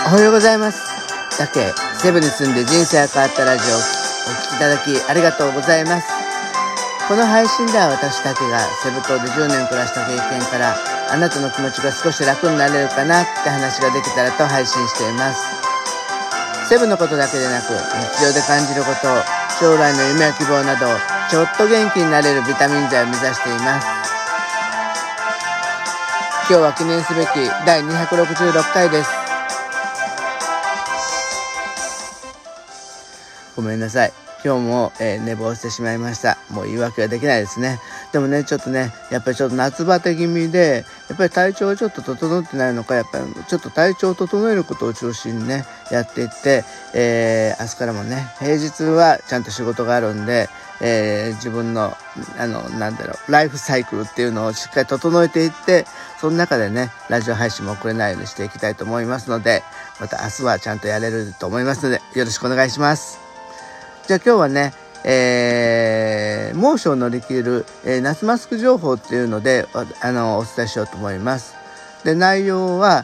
おはようございます。だけセブに住んで人生が変わったラジオをお聞きいただきありがとうございます。この配信では私だけがセブ島で10年暮らした経験からあなたの気持ちが少し楽になれるかなって話ができたらと配信しています。セブのことだけでなく日常で感じること、将来の夢や希望などちょっと元気になれるビタミン剤を目指しています。今日は記念すべき第266回です。ごめんなさい。今日も、寝坊してしまいました。もう言い訳はできないですね。でもね、ちょっとね、やっぱりちょっと夏バテ気味で、やっぱり体調がちょっと整ってないのか、やっぱりちょっと体調を整えることを中心にね、やっていって、明日からもね、平日はちゃんと仕事があるんで、自分の、ライフサイクルっていうのをしっかり整えていって、その中でね、ラジオ配信も遅れないようにしていきたいと思いますので、また明日はちゃんとやれると思いますので、よろしくお願いします。じゃあ今日はね、猛暑を乗り切る、夏マスク情報っていうのでお伝えしようと思います。で、内容は、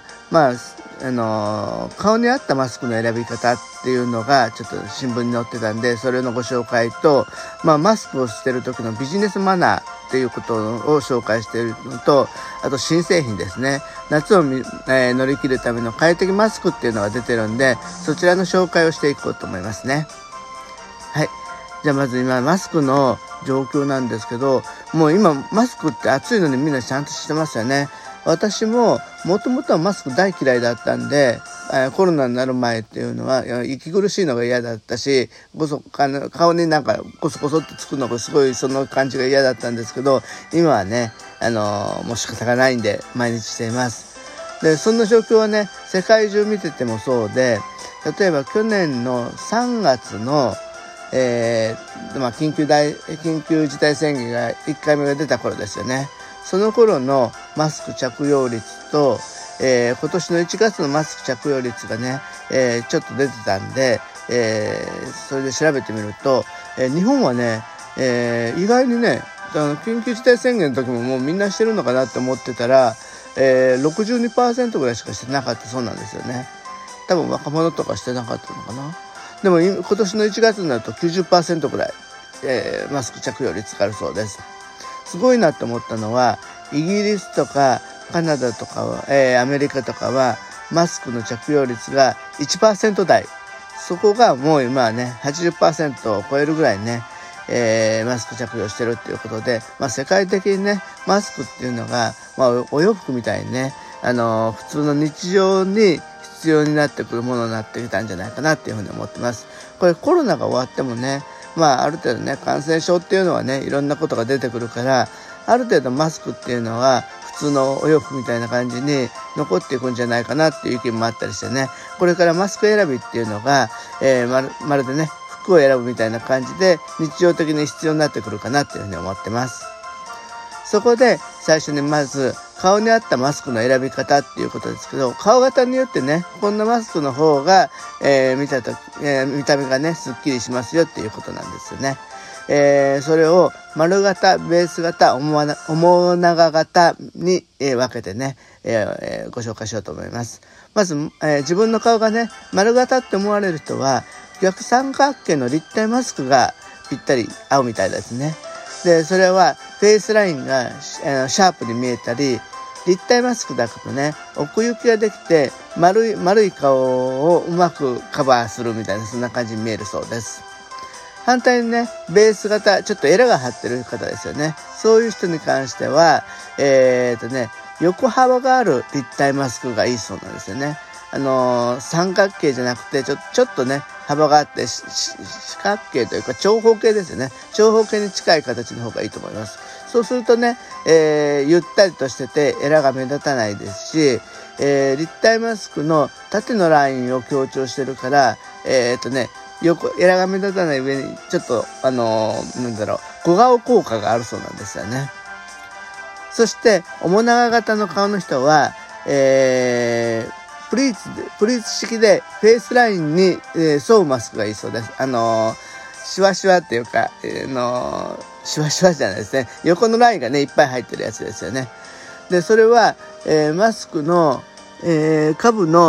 顔に合ったマスクの選び方っていうのがちょっと新聞に載ってたんで、それのご紹介と、マスクをしてる時のビジネスマナーっていうことを紹介しているのと、あと新製品ですね。夏を乗り切るための快適マスクっていうのが出てるんで、そちらの紹介をしていこうと思いますね。はい。じゃあまず今マスクの状況なんですけど、もう今マスクって暑いのにみんなちゃんとしてますよね。私ももともとはマスク大嫌いだったんで、コロナになる前っていうのは息苦しいのが嫌だったし、顔になんかコソコソってつくのがすごいその感じが嫌だったんですけど、今はね、もう仕方がないんで毎日しています。で、そんな状況はね、世界中見ててもそうで、例えば去年の3月の緊急事態宣言が1回目が出た頃ですよね。その頃のマスク着用率と、今年の1月のマスク着用率がね、ちょっと出てたんで、それで調べてみると、日本はね、意外にね、緊急事態宣言の時ももうみんなしてるのかなって思ってたら、62% ぐらいしかしてなかったそうなんですよね。多分若者とかしてなかったのかな。でも今年の1月になると 90% ぐらい、マスク着用率があるそうです。すごいなって思ったのは、イギリスとかカナダとかは、アメリカとかはマスクの着用率が 1% 台。そこがもう今はね 80% を超えるぐらいね、マスク着用してるっていうことで、世界的にねマスクっていうのが、お洋服みたいにね、普通の日常に必要になってくるものになってきたんじゃないかなっていうふうに思ってます。これコロナが終わってもね、ある程度ね感染症っていうのはねいろんなことが出てくるから、ある程度マスクっていうのは普通のお洋服みたいな感じに残っていくんじゃないかなっていう意見もあったりしてね、これからマスク選びっていうのが、まるでね服を選ぶみたいな感じで日常的に必要になってくるかなっていうふうに思ってます。そこで最初にまず顔に合ったマスクの選び方っていうことですけど、顔型によってねこんなマスクの方が、見た目がねすっきりしますよっていうことなんですよね。それを丸型、ベース型、面長型に、分けてね、ご紹介しようと思います。まず、自分の顔がね丸型って思われる人は逆三角形の立体マスクがぴったり合うみたいですね。で、それはフェイスラインがシャープに見えたり、立体マスクだとね奥行きができて丸い顔をうまくカバーするみたいな、そんな感じに見えるそうです。反対にねベース型、ちょっとエラが張ってる方ですよね。そういう人に関しては横幅がある立体マスクがいいそうなんですよね。三角形じゃなくてちょっとね幅があって四角形というか長方形ですよね。長方形に近い形の方がいいと思います。そうするとね、ゆったりとしててエラが目立たないですし、立体マスクの縦のラインを強調してるからエラが目立たない上にちょっと小顔効果があるそうなんですよね。そして面長型の顔の人は、プリーツ式でフェイスラインに、沿うマスクがいいそうです。シワシワっていうか、シワシワじゃないですね。横のラインがねいっぱい入ってるやつですよね。でそれは、マスクの、下部の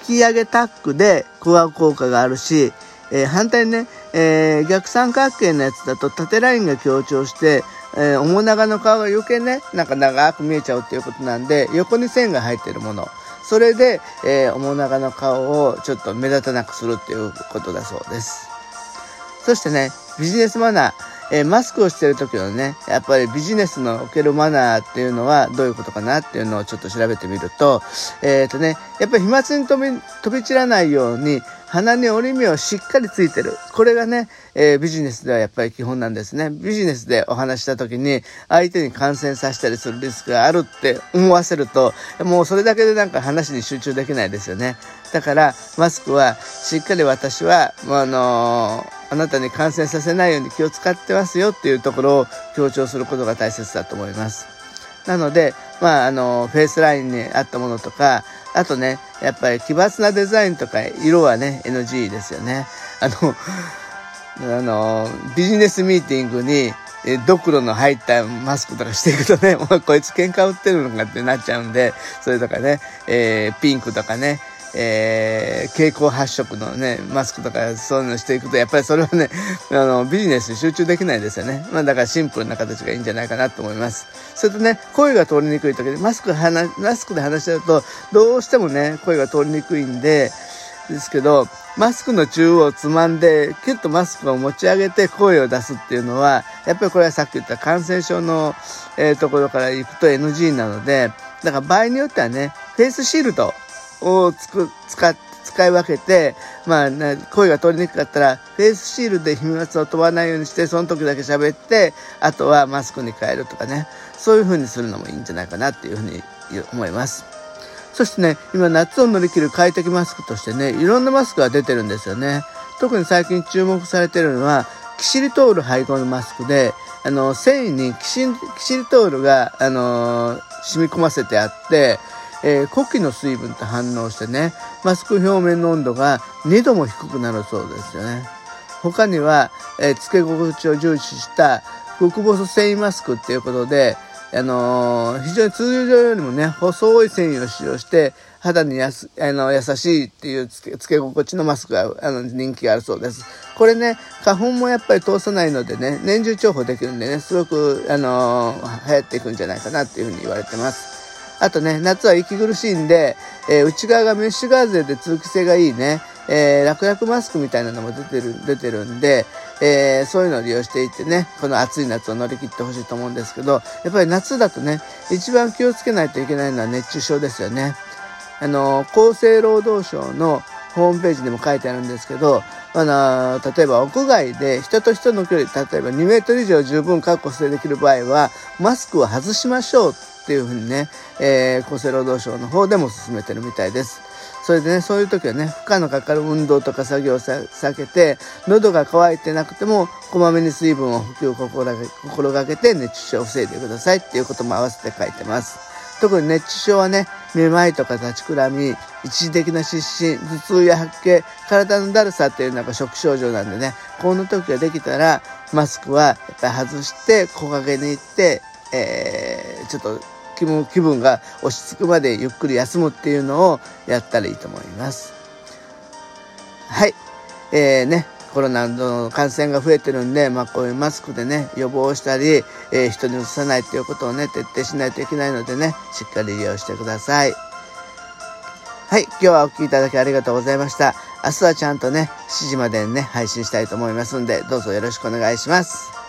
引き上げタックで小顔効果があるし、反対にね、逆三角形のやつだと縦ラインが強調して、面長の顔が余計ね、なんか長く見えちゃうっていうことなんで、横に線が入っているもの。それで、面長の顔をちょっと目立たなくするっていうことだそうです。そしてね、ビジネスマナー、マスクをしている時のね、やっぱりビジネスのおけるマナーっていうのはどういうことかなっていうのをちょっと調べてみると、やっぱり飛沫に飛び散らないように鼻に折り目をしっかりついてる。これがね、ビジネスではやっぱり基本なんですね。ビジネスでお話した時に相手に感染させたりするリスクがあるって思わせると、もうそれだけでなんか話に集中できないですよね。だからマスクはしっかり私は、あなたに感染させないように気を使ってますよっていうところを強調することが大切だと思います。なので、フェイスラインに合ったものとか、あとね、やっぱり奇抜なデザインとか色はね、NG ですよね。ビジネスミーティングにドクロの入ったマスクとかしていくとね、もうこいつ喧嘩売ってるのかってなっちゃうんで、それとかね、ピンクとかね、蛍光発色のね、マスクとかそういうのしていくと、やっぱりそれはね、ビジネスに集中できないですよね。だからシンプルな形がいいんじゃないかなと思います。それとね、声が通りにくい時にマスクで話してると、どうしてもね、声が通りにくいんですけど、マスクの中央をつまんで、キュッとマスクを持ち上げて声を出すっていうのは、やっぱりこれはさっき言った感染症の、ところから行くと NG なので、だから場合によってはね、フェイスシールドを使い分けて、声が通りにくかったらフェイスシールで飛沫を飛ばないようにして、その時だけ喋って、あとはマスクに変えるとかね、そういう風にするのもいいんじゃないかなっていうふうに思います。そしてね、今夏を乗り切る快適マスクとしてね、いろんなマスクが出てるんですよね。特に最近注目されているのはキシリトール配合のマスクで、繊維にキシリトールが、染み込ませてあって、呼気の水分と反応してね、マスク表面の温度が2度も低くなるそうですよね。他には、つけ心地を重視した極細繊維マスクっていうことで、非常に通常よりもね、細い繊維を使用して肌に優しいっていうつけ心地のマスクが人気があるそうです。これね、花粉もやっぱり通さないのでね、年中重宝できるんでね、すごく流行っていくんじゃないかなっていうふうに言われてます。あとね、夏は息苦しいんで、内側がメッシュガーゼで通気性がいいね、楽々マスクみたいなのも出てるんで、そういうのを利用していってね、この暑い夏を乗り切ってほしいと思うんですけど、やっぱり夏だとね、一番気をつけないといけないのは熱中症ですよね。厚生労働省のホームページでも書いてあるんですけど、例えば屋外で人と人の距離、例えば2メートル以上十分確保できる場合は、マスクを外しましょうっていうふうにね、厚生労働省の方でも進めてるみたいです。それでね、そういう時はね、負荷のかかる運動とか作業を避けて、喉が渇いてなくてもこまめに水分を補給を心がけて熱中症を防いでくださいっていうことも合わせて書いてます。特に熱中症はね、めまいとか立ちくらみ、一時的な失神、頭痛や吐き気、体のだるさっていうのが初期症状なんでね、この時ができたらマスクはやっぱり外して木陰に行って、ちょっと気分が落ち着くまでゆっくり休むっていうのをやったらいいと思います。はい、コロナの感染が増えてるんで、こういうマスクでね、予防したり、人にうつさないっていうことをね、徹底しないといけないのでね、しっかり利用してください。はい、今日はお聞きいただきありがとうございました。明日はちゃんとね、7時までにね、配信したいと思いますんで、どうぞよろしくお願いします。